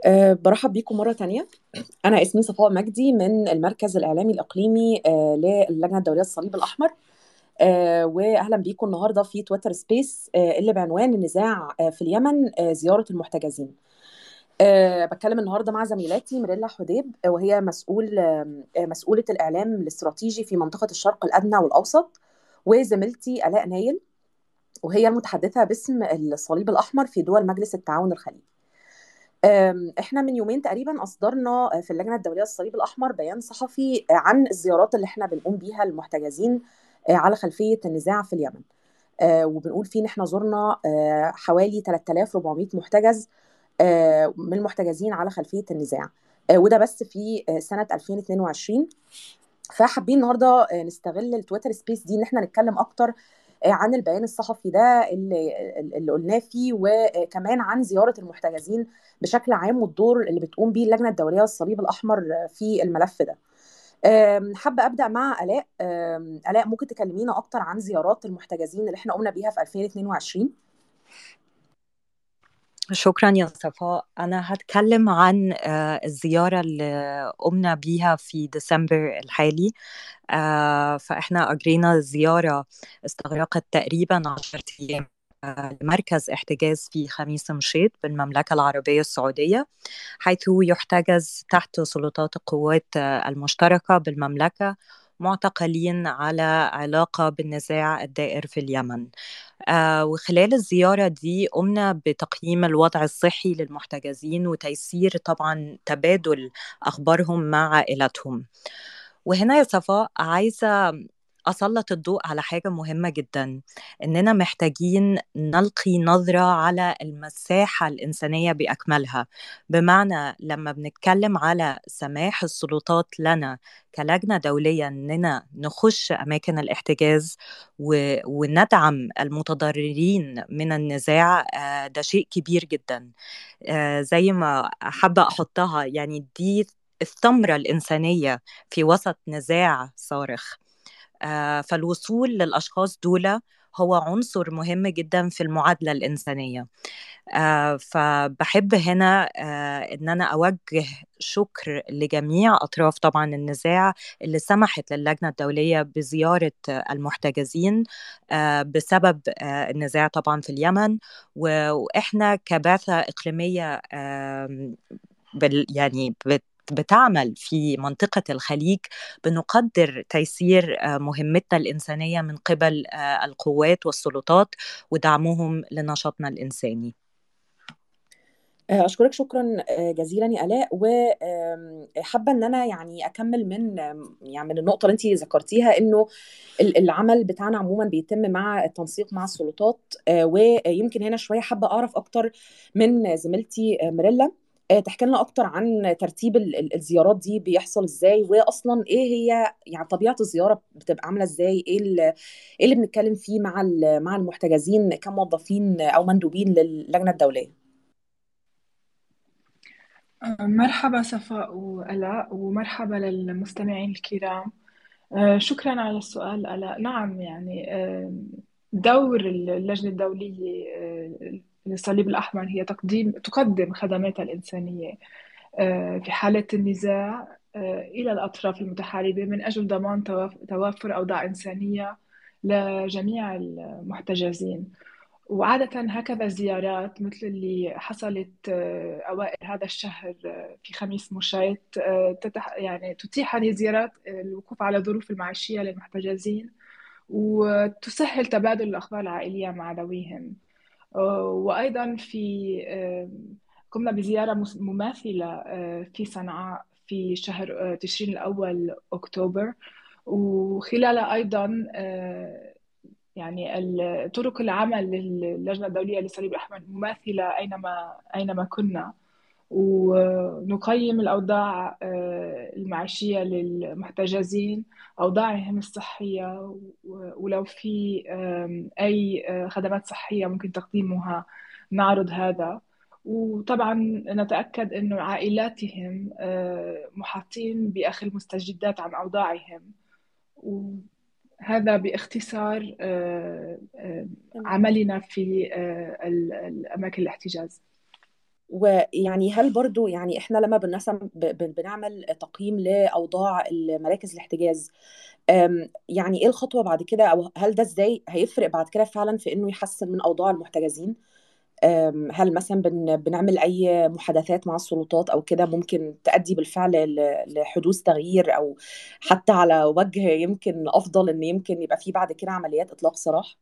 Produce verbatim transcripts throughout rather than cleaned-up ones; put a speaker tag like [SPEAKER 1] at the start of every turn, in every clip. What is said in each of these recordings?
[SPEAKER 1] أه برحب بيكم مرة تانية. أنا اسمي صفاء مجدي من المركز الإعلامي الإقليمي أه للجنة الدولية للصليب الأحمر. أه وأهلا بيكم النهاردة في تويتر سبيس أه اللي بعنوان النزاع أه في اليمن، أه زيارة المحتجزين. أه بتكلم النهاردة مع زميلاتي ميريلا حديب، آه، وهي مسؤول أه مسؤولة الإعلام الاستراتيجي في منطقة الشرق الأدنى والأوسط، وزميلتي آلاء نايل، وهي المتحدثة باسم الصليب الأحمر في دول مجلس التعاون الخليجي. أم، احنا من يومين تقريبا اصدرنا في اللجنه الدوليه للصليب الاحمر بيان صحفي عن الزيارات اللي احنا بنقوم بيها للمحتجزين آه، على خلفيه النزاع في اليمن. آه، وبنقول فيه ان احنا زرنا آه، حوالي ثلاثة آلاف وأربعمائة محتجز آه، من المحتجزين على خلفيه النزاع. آه، وده بس في آه، سنه ألفين واثنين وعشرين. فحابين النهارده آه، نستغل التويتر سبيس دي ان احنا نتكلم اكتر آه، عن البيان الصحفي ده اللي اللي قلناه فيه، وكمان عن زياره المحتجزين بشكل عام والدور اللي بتقوم بيه اللجنه الدوليه للصليب الاحمر آه، في الملف ده. آم، حابه ابدا مع الاء. آم، الاء، ممكن تكلمينا اكتر عن زيارات المحتجزين اللي احنا قمنا بيها في ألفين واثنين وعشرين؟
[SPEAKER 2] شكرا يا صفاء. أنا هتكلم عن آه، الزيارة اللي قمنا بيها في ديسمبر الحالي. آه، فإحنا أجرينا زيارة استغرقت تقريبا عشرة أيام آه، لمركز احتجاز في خميس مشيط بالمملكة العربية السعودية، حيث يحتجز تحت سلطات القوات آه، المشتركة بالمملكة معتقلين على علاقة بالنزاع الدائر في اليمن. آه، وخلال الزيارة دي قمنا بتقييم الوضع الصحي للمحتجزين وتيسير طبعا تبادل أخبارهم مع عائلاتهم. وهنا يا صفاء عايزة أسلط الضوء على حاجة مهمة جدا، إننا محتاجين نلقي نظرة على المساحة الإنسانية بأكملها. بمعنى لما بنتكلم على سماح السلطات لنا كلجنة دولية إننا نخش أماكن الاحتجاز و... وندعم المتضررين من النزاع، آه، ده شيء كبير جدا. آه، زي ما حابة أحطها، يعني دي الثمرة الإنسانية في وسط نزاع صارخ. آه، فالوصول للأشخاص دول هو عنصر مهم جدا في المعادلة الإنسانية. آه، فبحب هنا آه، إن أنا أوجه شكر لجميع أطراف طبعا النزاع اللي سمحت للجنة الدولية بزيارة آه، المحتجزين آه، بسبب آه، النزاع طبعا في اليمن. و- وإحنا كبعثة إقليمية آم، بال يعني بت بتعمل في منطقة الخليج، بنقدر تيسير آه، مهمتنا الإنسانية من قبل آه، القوات والسلطات ودعمهم لنشاطنا الإنساني.
[SPEAKER 1] آه، أشكرك شكرا آه، جزيلا يا آلاء. وحابة إن أنا يعني أكمل من آم، يعني من النقطة اللي أنت ذكرتيها، إنه ال- العمل بتاعنا عموما بيتم مع التنسيق مع السلطات. آه، ويمكن هنا شوية حابة أعرف أكتر من زميلتي آه، ميريلا، آه، تحكي لنا أكتر عن ترتيب ال- ال- الزيارات دي بيحصل إزاي، وأصلا إيه هي يعني طبيعة الزيارة بتبقى عاملة إزاي، إيه ال- إيه اللي بنتكلم فيه مع ال- مع المحتجزين كموظفين أو مندوبين للجنة الدولية.
[SPEAKER 3] مرحبا صفاء وآلاء، ومرحبا للمستمعين الكرام. آه، شكرا على السؤال آلاء. نعم، يعني آه، دور اللجنة الدولية آه، للصليب الأحمر هي تقديم تقدم خدماتها الإنسانية آه، في حالة النزاع آه، إلى الأطراف المتحاربة من أجل ضمان تواف- توافر أوضاع إنسانية لجميع المحتجزين. وعادة هكذا الزيارات مثل اللي حصلت آه، أوائل هذا الشهر آه، في خميس مشيط آه، تتح يعني تتيح هذه الزيارات آه، الوقوف على الظروف المعيشية للمحتجزين، وتسهل تبادل الأخبار العائلية مع ذويهم. آه، وأيضا في آه، قمنا بزيارة مس- مماثلة آه، في صنعاء في شهر آه، تشرين الأول أكتوبر، وخلالها أيضا آه، يعني ال- طرق العمل للجنة الدولية للصليب الأحمر مماثلة أينما أينما كنا، ونقيم الأوضاع آه، المعيشية للمحتجزين، أوضاعهم الصحية، و- ولو في آم، أي آه، خدمات صحية ممكن تقديمها نعرض هذا. وطبعا نتأكد أن عائلاتهم آه، محاطين بأخذ المستجدات عن أوضاعهم. هذا باختصار آه، آه،
[SPEAKER 1] تمام.
[SPEAKER 3] عملنا في آه، ال- الأماكن الاحتجاز.
[SPEAKER 1] ويعني هل برضو يعني احنا لما بنسم ب- ب- بنعمل تقييم لأوضاع مراكز الاحتجاز، أم، يعني ايه الخطوة بعد كده، او هل ده ازاي هيفرق بعد كده فعلا في انه يحسن من اوضاع المحتجزين؟ أم، هل مثلا بن بنعمل اي محادثات مع السلطات او كده ممكن تؤدي بالفعل ل- لحدوث تغيير، او حتى على وجه يمكن افضل ان يمكن يبقى في بعد كده عمليات اطلاق سراح؟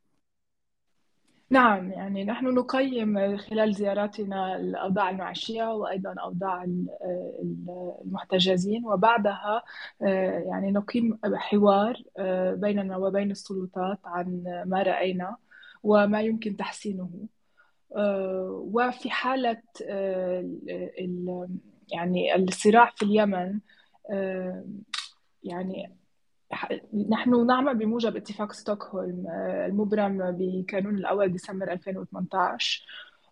[SPEAKER 3] نعم، يعني نحن نقيم خلال زياراتنا الأوضاع المعيشية وأيضا أوضاع ال- ال- المحتجزين، وبعدها آه، يعني نقيم حوار آه، بيننا وبين السلطات عن ما رأينا وما يمكن تحسينه. آه، وفي حالة آه، ال- ال- يعني الصراع في اليمن، آه، يعني نحن نعمل بموجب اتفاق ستوكهولم آه، المبرم بكانون الأول ديسمبر ألفين وثمانية عشر.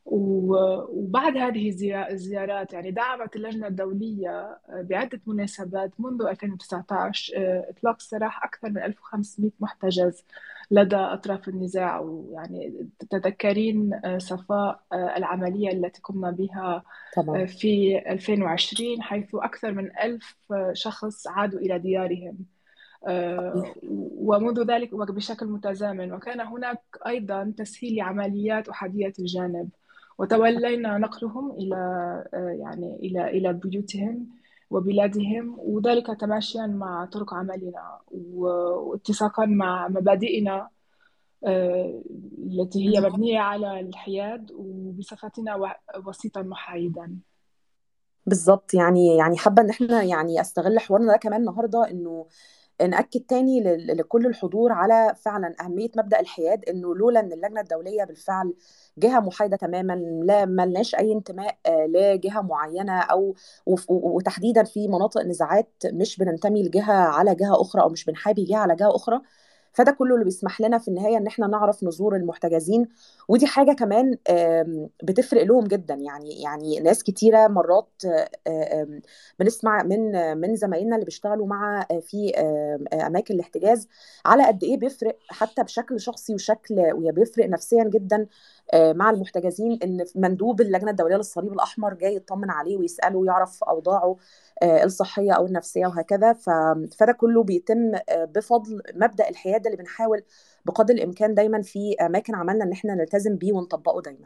[SPEAKER 3] و- وبعد هذه الزيا- الزيارات يعني دعمت اللجنة الدولية آه، بعدة مناسبات منذ ألفين وتسعة عشر آه، إطلاق سراح أكثر من ألف وخمسمائة محتجز لدى أطراف النزاع. ويعني تتذكرين آه، صفاء آه، العملية التي قمنا بها آه،
[SPEAKER 1] طبعا.
[SPEAKER 3] في ألفين وعشرين، حيث أكثر من ألف شخص عادوا إلى ديارهم. آه، ومنذ ذلك وبشكل متزامن، وكان هناك أيضا تسهيل لعمليات أحادية الجانب، وتولينا نقلهم إلى آه، يعني إلى إلى بيوتهم وبلادهم، وذلك تماشيا مع طرق عملنا و- واتساقا مع مبادئنا آه، التي هي مبنية على الحياد، وبصفتنا و- وسيطا محايدا.
[SPEAKER 1] بالظبط. يعني يعني حابه ان احنا يعني استغل حوارنا ده كمان النهارده، انه نأكد تاني لل- لكل الحضور على فعلا أهمية مبدأ الحياد، إنه لولا إن اللجنة الدولية بالفعل جهة محايدة تماما، لا ملناش أي انتماء آه، لجهة معينة، أو وف- وتحديدا في مناطق نزاعات مش بننتمي لجهة على جهة أخرى، أو مش بنحابي جهة على جهة أخرى. فده كله اللي بيسمح لنا في النهاية إن احنا نعرف نزور المحتجزين. ودي حاجة كمان آم، بتفرق لهم جدا. يعني يعني ناس كتيرة مرات آه، آم، بنسمع من من زمايلنا اللي بيشتغلوا مع آه، في آه، اماكن الاحتجاز على قد ايه بيفرق حتى بشكل شخصي وشكل، وبيفرق نفسيا جدا آه، مع المحتجزين، ان مندوب اللجنه الدوليه للصليب الاحمر جاي يطمن عليه ويساله ويعرف اوضاعه آه، الصحيه او النفسيه وهكذا. ف- فده كله بيتم آه، بفضل مبدا الحياد اللي بنحاول بقدر الامكان دايما في اماكن عملنا ان احنا نلتزم بيه ونطبقه دايما.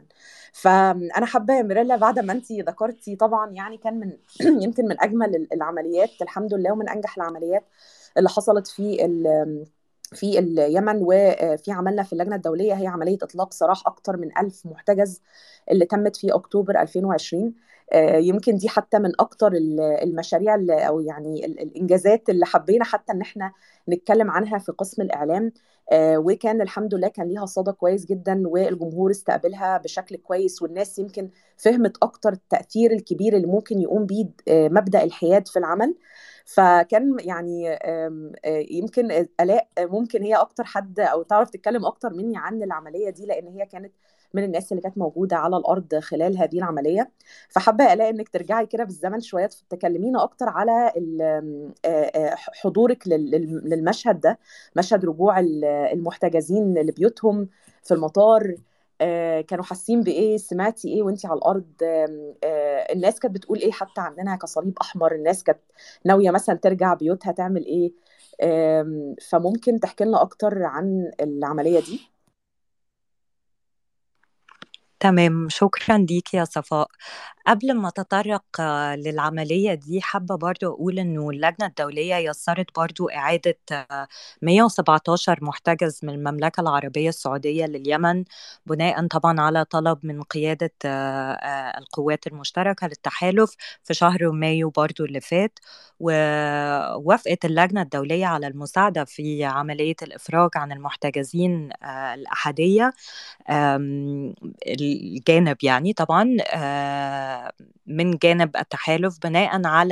[SPEAKER 1] فانا حابه يا ميريلا، بعد ما انت ذكرتي طبعا يعني كان من يمكن من اجمل العمليات الحمد لله، ومن انجح العمليات اللي حصلت في ال- في اليمن، وفي عملنا في اللجنه الدوليه، هي عمليه اطلاق سراح اكثر من ألف محتجز اللي تمت في اكتوبر ألفين وعشرين. آه، يمكن دي حتى من اكتر ال- المشاريع اللي او يعني ال- الانجازات اللي حبينا حتى ان احنا نتكلم عنها في قسم الاعلام. آه، وكان الحمد لله كان ليها صدى كويس جدا، والجمهور استقبلها بشكل كويس، والناس يمكن فهمت اكتر التأثير الكبير اللي ممكن يقوم بيه آه، مبدأ الحياد في العمل. فكان يعني آم، آه، يمكن آلاء ممكن هي اكتر حد او تعرف تتكلم اكتر مني عن العملية دي، لان هي كانت من الناس اللي كانت موجودة على الأرض خلال هذه العملية. فحابة ألاقي إنك ترجعي كده بالزمن شوية تكلمينا أكتر على ال- آه، آه، حضورك لل- لل- للمشهد ده، مشهد رجوع ال- المحتجزين لبيوتهم في المطار. آه، كانوا حاسين بإيه؟ سمعتي إيه وإنتي على الأرض؟ آم، آه، الناس كانت بتقول إيه حتى عننا كصليب أحمر؟ الناس كانت ناوية مثلا ترجع بيوتها تعمل إيه؟ آم، فممكن تحكي لنا أكتر عن العملية دي؟
[SPEAKER 2] تمام، شكرا ليك يا صفاء. قبل ما أتطرق آه، للعملية دي، حابة برضو أقول أنه اللجنة الدولية يسرت برضو إعادة آه، مية وسبعتاشر محتجز من المملكة العربية السعودية لليمن، بناء طبعا على طلب من قيادة آه، آه، القوات المشتركة للتحالف في شهر مايو برضو اللي فات. ووافقت اللجنة الدولية على المساعدة في عملية الإفراج عن المحتجزين آه، الأحادية. آم، الجانب يعني طبعا آه، من جانب التحالف، بناء على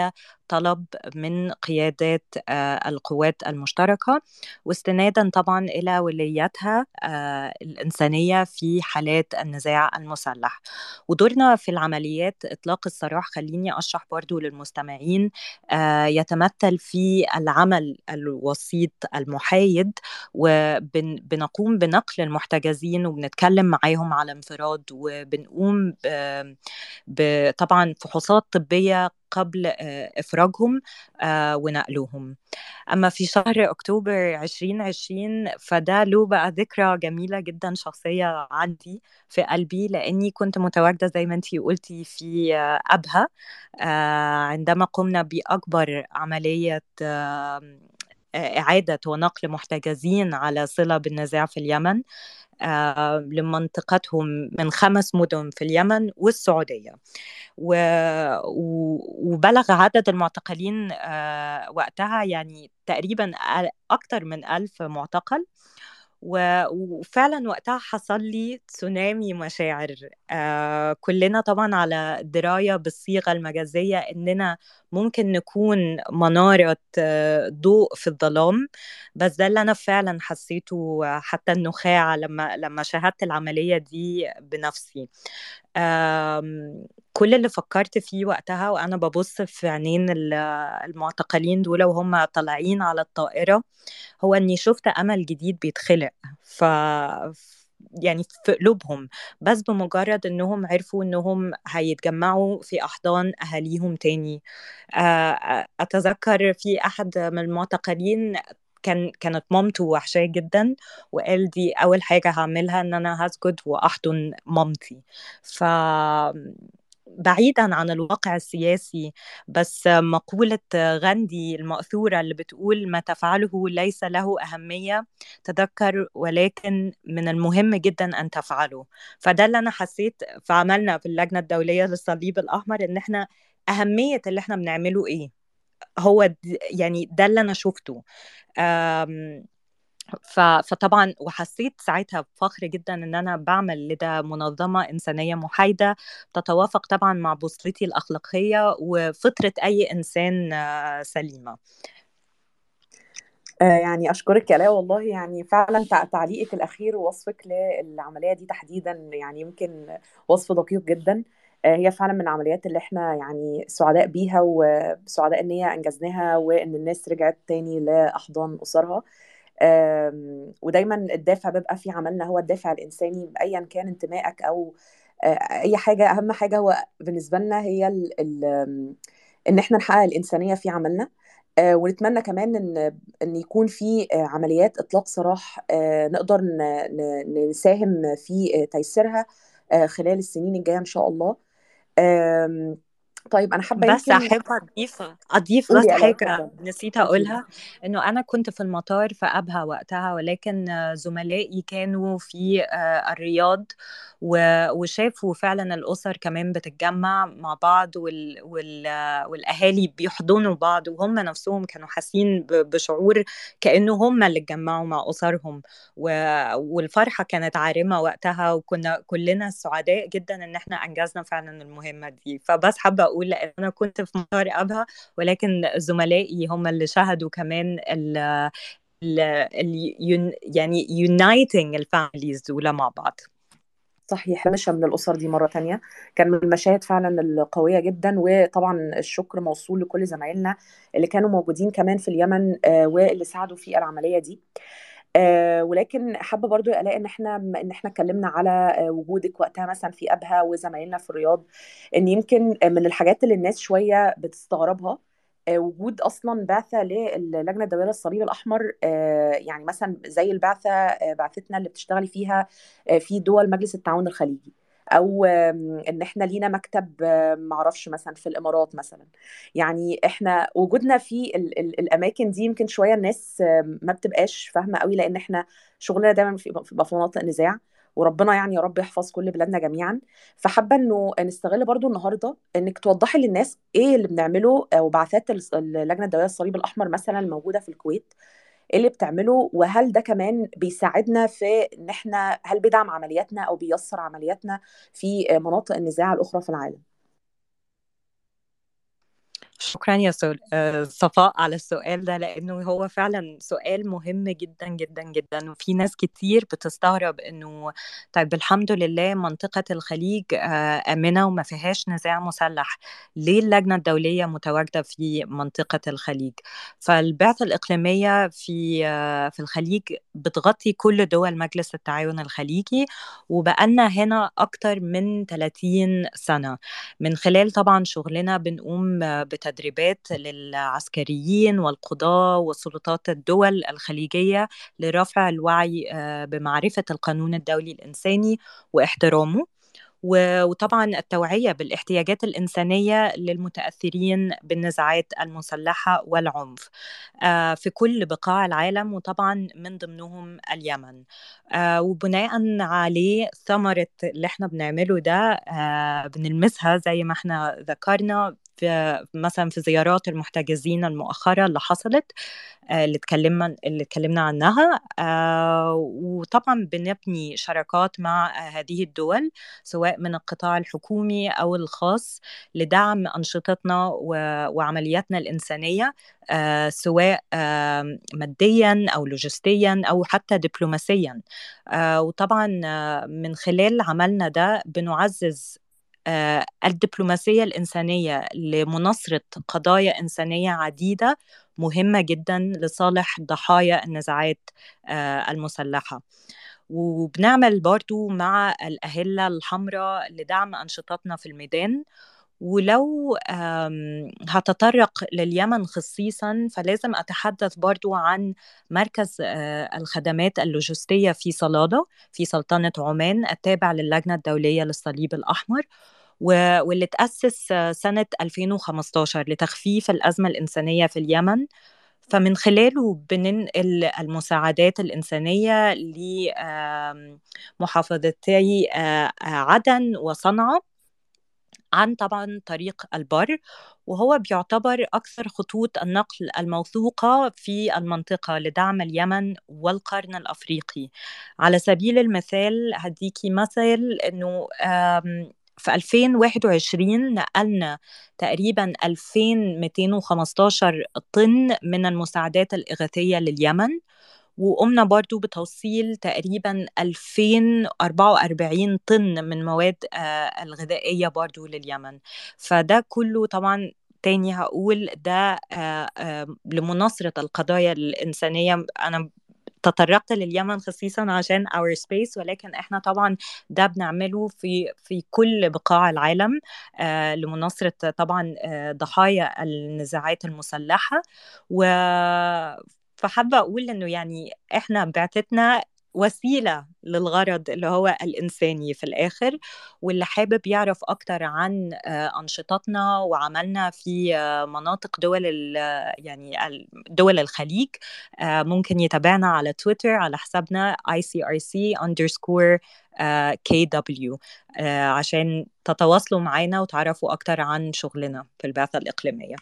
[SPEAKER 2] طلب من قيادات القوات المشتركة، واستنادا طبعا إلى ولياتها الإنسانية في حالات النزاع المسلح. ودورنا في العمليات إطلاق السراح، خليني أشرح برضو للمستمعين، يتمثل في العمل الوسيط المحايد، وبنقوم بنقل المحتجزين وبنتكلم معاهم على انفراد، وبنقوم طبعا فحوصات طبية قبل إفراجهم ونقلهم. أما في شهر أكتوبر عشرين عشرين فده له بقى ذكرى جميلة جدا شخصية عندي في قلبي، لأني كنت متواجدة زي ما أنتي قلتي في أبها عندما قمنا بأكبر عملية إعادة ونقل محتجزين على صلة بالنزاع في اليمن آه لمنطقتهم من خمس مدن في اليمن والسعودية. و... وبلغ عدد المعتقلين آه وقتها يعني تقريبا أكثر من ألف معتقل. وفعلا وقتها حصل لي تسونامي مشاعر. آه كلنا طبعا على دراية بالصيغة المجازية إننا ممكن نكون منارة آه ضوء في الظلام، بس ده اللي أنا فعلا حسيته حتى النخاع لما لما شاهدت العملية دي بنفسي. كل اللي فكرت فيه وقتها وأنا ببص في عينين المعتقلين دول وهم طالعين على الطائرة هو أني شفت أمل جديد بيتخلق ف يعني في قلوبهم، بس بمجرد أنهم عرفوا أنهم هيتجمعوا في أحضان أهاليهم تاني. أتذكر في أحد من المعتقلين كان كانت مامته وحشاه جدا، وقال دي أول حاجة هعملها أن أنا هسجد وأحضن مامتي. ف بعيدا عن الواقع السياسي، بس مقولة غاندي المأثورة اللي بتقول ما تفعله ليس له أهمية تذكر، ولكن من المهم جدا أن تفعله. فده اللي أنا حسيت فعملنا في اللجنة الدولية للصليب الأحمر، إن إحنا أهمية اللي إحنا بنعمله إيه، هو يعني ده اللي أنا شفته. فطبعا وحسيت ساعتها بفخر جدا ان انا بعمل لدى منظمة انسانية محايدة تتوافق طبعا مع بوصلتي الاخلاقية وفطرة اي انسان سليمة.
[SPEAKER 1] يعني أشكرك يا آلاء، والله يعني فعلا تعليقك الأخير ووصفك للعملية دي تحديدا يعني يمكن وصف دقيق جدا. هي فعلا من العمليات اللي احنا يعني سعداء بيها وسعداء ان هي انجزناها وان الناس رجعت تاني لأحضان أسرها. ودايما الدافع بيبقى في عملنا هو الدافع الإنساني أيا كان انتمائك أو أي حاجة. أهم حاجة هو بالنسبة لنا هي ال ال إن احنا نحقق الإنسانية في عملنا. ونتمنى كمان ان ان يكون في عمليات اطلاق سراح نقدر نساهم في تيسيرها خلال السنين الجايه ان شاء الله. طيب انا حابه
[SPEAKER 2] بس
[SPEAKER 1] يمكن
[SPEAKER 2] احب اضيف اضيف بس
[SPEAKER 1] قولي يا آلاء،
[SPEAKER 2] حاجه
[SPEAKER 1] اتفضلي.
[SPEAKER 2] نسيت
[SPEAKER 1] أكيد.
[SPEAKER 2] اقولها، انه انا كنت في المطار في ابها وقتها، ولكن زملائي كانوا في الرياض وشافوا فعلا الاسر كمان بتتجمع مع بعض وال وال والاهالي بيحضنوا بعض، وهم نفسهم كانوا حاسين بشعور كانه هم اللي اتجمعوا مع اسرهم، والفرحه كانت عارمه وقتها، وكنا كلنا سعداء جدا ان احنا انجزنا فعلا المهمه دي. فبس حابه اقول لان انا كنت في مطار ابها، ولكن زملائي هم اللي شهدوا كمان ال ال ال يعني uniting الفاميليز دول مع بعض.
[SPEAKER 1] صحيح، مشى من الأسر دي مرة تانية كان من المشاهد فعلا القوية جدا. وطبعا الشكر موصول لكل زمايلنا اللي كانوا موجودين كمان في اليمن واللي ساعدوا في العملية دي. آه ولكن حابه برضو يا آلاء ان احنا ان احنا اتكلمنا على آه وجودك وقتها مثلا في ابها وزمايلنا في الرياض، ان يمكن من الحاجات اللي الناس شويه بتستغربها آه وجود اصلا بعثه للجنه الدوليه للصليب الاحمر. آه يعني مثلا زي البعثه آه بعثتنا اللي بتشتغلي فيها آه في دول مجلس التعاون الخليجي، او ان احنا لينا مكتب معرفش مثلا في الامارات مثلا. يعني احنا وجودنا في ال ال الاماكن دي يمكن شويه الناس ما بتبقاش فاهمه قوي، لان احنا شغلنا دايما في في مناطق نزاع، وربنا يعني يا رب يحفظ كل بلادنا جميعا. فحابه انه نستغل برضو النهارده انك توضحي للناس ايه اللي بنعمله، وبعثات اللجنه الدوليه للصليب الاحمر مثلا الموجوده في الكويت ايه اللي بتعمله، وهل ده كمان بيساعدنا في ان احنا هل بيدعم عملياتنا او بييسر عملياتنا في مناطق النزاع الاخرى في العالم.
[SPEAKER 2] شكرا يا سول- آه، صفاء على السؤال ده، لأنه هو فعلا سؤال مهم جدا جدا جدا. وفي ناس كتير بتستغرب إنه طيب الحمد لله منطقة الخليج آه، آمنة وما فيهاش نزاع مسلح، ليه اللجنة الدولية متواجدة في منطقة الخليج؟ فالبعثة الإقليمية في آه، في الخليج بتغطي كل دول مجلس التعاون الخليجي، وبقالنا هنا أكتر من ثلاثين سنة. من خلال طبعا شغلنا بنقوم بتدريبات للعسكريين والقضاة وسلطات الدول الخليجية لرفع الوعي آه، بمعرفة القانون الدولي الإنساني واحترامه، و- وطبعا التوعية بالاحتياجات الإنسانية للمتأثرين بالنزاعات المسلحة والعنف آه، في كل بقاع العالم، وطبعا من ضمنهم اليمن. آه، وبناء عليه ثمرة اللي احنا بنعمله ده آه، بنلمسها زي ما احنا ذكرنا في مثلا في زيارات المحتجزين المؤخرة اللي حصلت، آه، اللي اتكلمنا اللي اتكلمنا عنها. آه، وطبعا بنبني شراكات مع آه، هذه الدول، سواء من القطاع الحكومي أو الخاص، لدعم أنشطتنا و- وعملياتنا الإنسانية، آه، سواء آه، ماديا أو لوجستيا أو حتى دبلوماسيا. آه، وطبعا آه، من خلال عملنا ده بنعزز آه، الدبلوماسية الإنسانية لمناصرة قضايا إنسانية عديدة مهمة جدا لصالح ضحايا النزاعات آه، المسلحة. وبنعمل برضو مع الأهلة الحمراء لدعم أنشطتنا في الميدان. ولو آم، هتطرق لليمن خصيصا فلازم أتحدث برضو عن مركز آه، الخدمات اللوجستية في صلادة في سلطنة عمان، التابع للجنة الدولية للصليب الأحمر، و- واللي تأسس آه، سنة ألفين وخمستاشر لتخفيف الأزمة الإنسانية في اليمن. فمن خلاله بننقل المساعدات الإنسانية لمحافظتي عدن وصنعاء عن طبعا طريق البر، وهو بيعتبر أكثر خطوط النقل الموثوقة في المنطقة لدعم اليمن والقرن الأفريقي. على سبيل المثال هديكي مثل أنه آم، في ألفين وواحد وعشرين نقلنا تقريبا ألفين ومئتين وخمستاشر طن من المساعدات الإغاثية لليمن، وقمنا برضو بتوصيل تقريبا ألفين وأربعة وأربعين طن من مواد آه، الغذائية برضو لليمن. فده كله طبعا تاني هقول ده آه، آه، لمناصرة القضايا الإنسانية. أنا تطرقت لليمن خصيصا عشان our space، ولكن احنا طبعا ده بنعمله في في كل بقاع العالم آه لمناصرة طبعا آه ضحايا النزاعات المسلحة. و فحابة أقول إنه يعني إحنا بعتتنا وسيلة للغرض اللي هو الإنساني في الآخر. واللي حابب يعرف أكتر عن آه، أنشطتنا وعملنا في آه، مناطق دول ال- يعني ال- دول الخليج، آه، ممكن يتابعنا على تويتر على حسابنا آي سي آر سي underscore آه، كي دبليو آه، عشان تتواصلوا معنا وتعرفوا أكتر عن شغلنا في البعثة الإقليمية.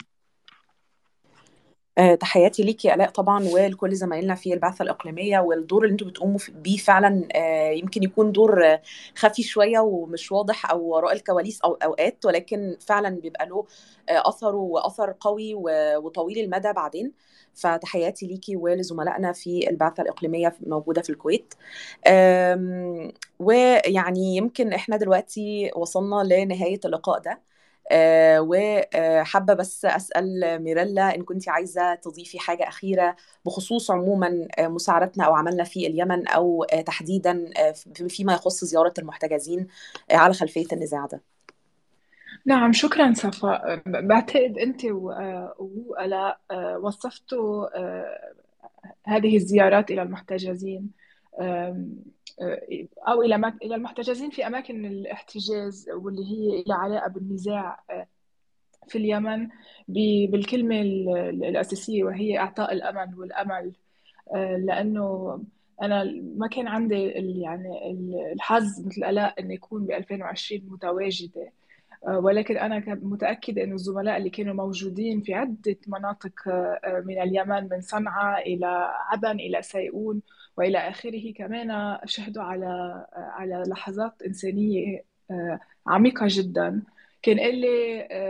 [SPEAKER 1] آه، تحياتي ليكي يا آلاء طبعا ولكل زمايلنا في البعثة الإقليمية، والدور اللي انتوا بتقوموا في- بيه فعلا آه، يمكن يكون دور آه، خفي شوية ومش واضح أو وراء الكواليس أو أوقات، ولكن فعلا بيبقى له آه، أثر وأثر قوي و- وطويل المدى بعدين. فتحياتي ليكي ولزملائنا في البعثة الإقليمية موجودة في الكويت. آم، ويعني يمكن احنا دلوقتي وصلنا لنهاية اللقاء ده. آه، وحابة بس أسأل ميريلا إن كنت عايزة تضيفي حاجة أخيرة بخصوص عموما آه، مساعدتنا أو عملنا في اليمن، أو آه، تحديدا آه، في- فيما يخص زيارة المحتجزين آه، على خلفية النزاع ده.
[SPEAKER 3] نعم، شكرا صفاء. بعتقد أنت و- آه، وآلاء آه، وصفتوا آه، هذه الزيارات إلى المحتجزين، آم، آه، أو إلى مك- إلى المحتجزين في أماكن الاحتجاز واللي هي لها علاقة بالنزاع آه، في اليمن، ب- بالكلمة ال- الأساسية، وهي إعطاء الأمل والأمل. آه، لأنه أنا ما كان عندي ال- يعني ال- الحظ مثل آلاء إني أكون ب ألفين وعشرين متواجدة، آه، ولكن أنا كان- متأكدة أن الزملاء اللي كانوا موجودين في عدة مناطق آه، من اليمن، من صنعاء إلى عدن إلى سيئون وإلى آخره، كمان شهدوا على آه، على لحظات إنسانية آه، عميقة جدا. كان اللي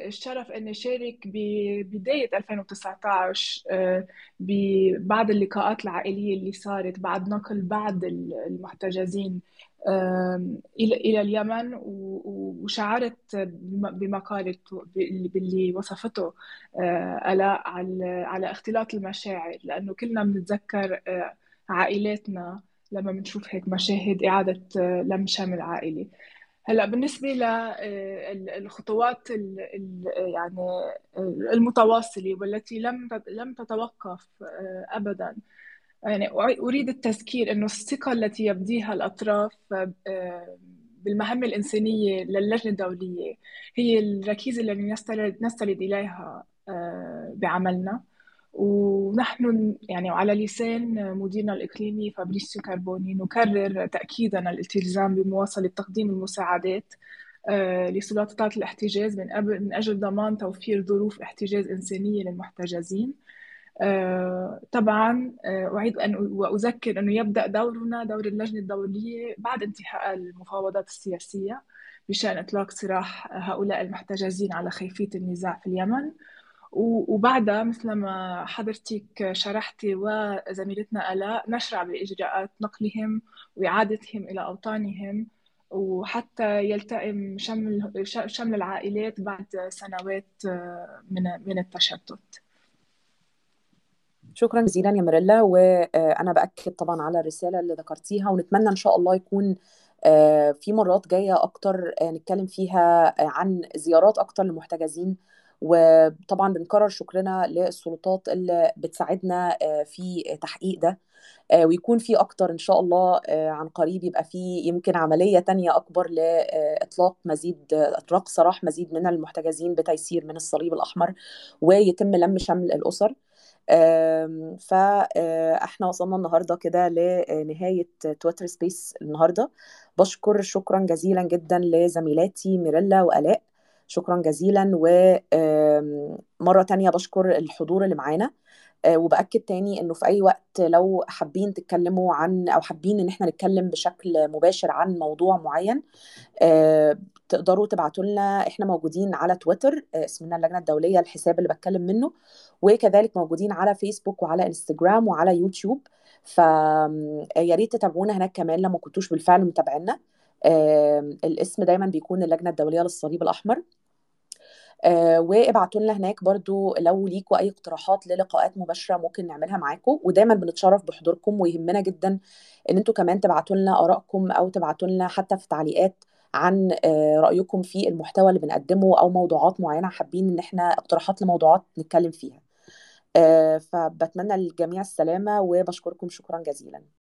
[SPEAKER 3] الشرف أني شارك ببداية ألفين وتسعة عشر آه، ببعض اللقاءات العائلية اللي صارت بعد نقل بعض المحتجزين آم، إلى إلى اليمن، و- و- وشعرت بم- بمقالة باللي باللي وصفته آه، آلاء على على اختلاط المشاعر، لأنه كلنا بنتذكر آه، عائلاتنا لما بنشوف هيك مشاهد إعادة آه، لم شمل عائلي. هلا بالنسبة للخطوات يعني المتواصلة والتي لم تت- لم تتوقف آه، أبدا، يعني أريد التذكير أنه الثقة التي يبديها الأطراف آه، بالمهمة الإنسانية للجنة الدولية هي الركيزة التي نستند نستند إليها آه، بعملنا. ونحن يعني على لسان مديرنا الإقليمي فابريسيو كاربوني نكرر تأكيدنا الالتزام بمواصلة تقديم المساعدات آه، لسلطات الاحتجاز من أب- من أجل ضمان توفير ظروف احتجاز إنسانية للمحتجزين. آه، طبعا آه، أعيد أن وأذكر أنه يبدأ دورنا دور اللجنة الدولية بعد انتهاء المفاوضات السياسية بشأن إطلاق سراح هؤلاء المحتجزين على خلفية النزاع في اليمن. و- وبعدها مثل ما حضرتك شرحتي وزميلتنا آلاء نشرع بإجراءات نقلهم وإعادتهم إلى أوطانهم، وحتى يلتئم شمل شمل العائلات بعد سنوات آه، من من التشتت.
[SPEAKER 1] شكرا جزيلا يا ميريلا، وأنا بأكد طبعا على الرسالة اللي ذكرتيها، ونتمنى إن شاء الله يكون آه، في مرات جاية أكتر آه، نتكلم فيها آه، عن زيارات أكتر للمحتجزين. وطبعا بنكرر شكرنا للسلطات اللي بتساعدنا آه، في تحقيق ده، آه، ويكون في أكتر إن شاء الله آه، عن قريب، يبقى في يمكن عملية تانية أكبر لإطلاق مزيد آه، إطلاق سراح مزيد من المحتجزين بتيسير من الصليب الأحمر، ويتم لم شمل الأسر. آم، فاحنا وصلنا النهارده كده لنهاية تويتر سبيس النهارده. بشكر شكرا جزيلا جدا لزميلاتي ميريلا وآلاء، شكرا جزيلا. ومرة تانية بشكر الحضور اللي معانا. آه، وبأكد تاني انه في اي وقت لو حابين تتكلموا عن او حابين ان احنا نتكلم بشكل مباشر عن موضوع معين، آه، تقدروا تبعتوا لنا. احنا موجودين على تويتر، آه، اسمنا اللجنة الدولية الحساب اللي بتكلم منه، وكذلك موجودين على فيسبوك وعلى انستجرام وعلى يوتيوب. فيا ريت تتابعونا هناك كمان لما كنتوش بالفعل متابعينا. آه، الاسم دايما بيكون اللجنة الدولية للصليب الأحمر. آه، وابعتوا لنا هناك برضو لو ليكوا اي اقتراحات للقاءات مباشره ممكن نعملها معاكم، ودايما بنتشرف بحضوركم، ويهمنا جدا ان انتوا كمان تبعتوا لنا ارائكم او تبعتوا لنا حتى في تعليقات عن آه، رايكم في المحتوى اللي بنقدمه او موضوعات معينه حابين ان احنا اقتراحات لموضوعات نتكلم فيها. آه، فبتمنى للجميع السلامه وبشكركم شكرا جزيلا.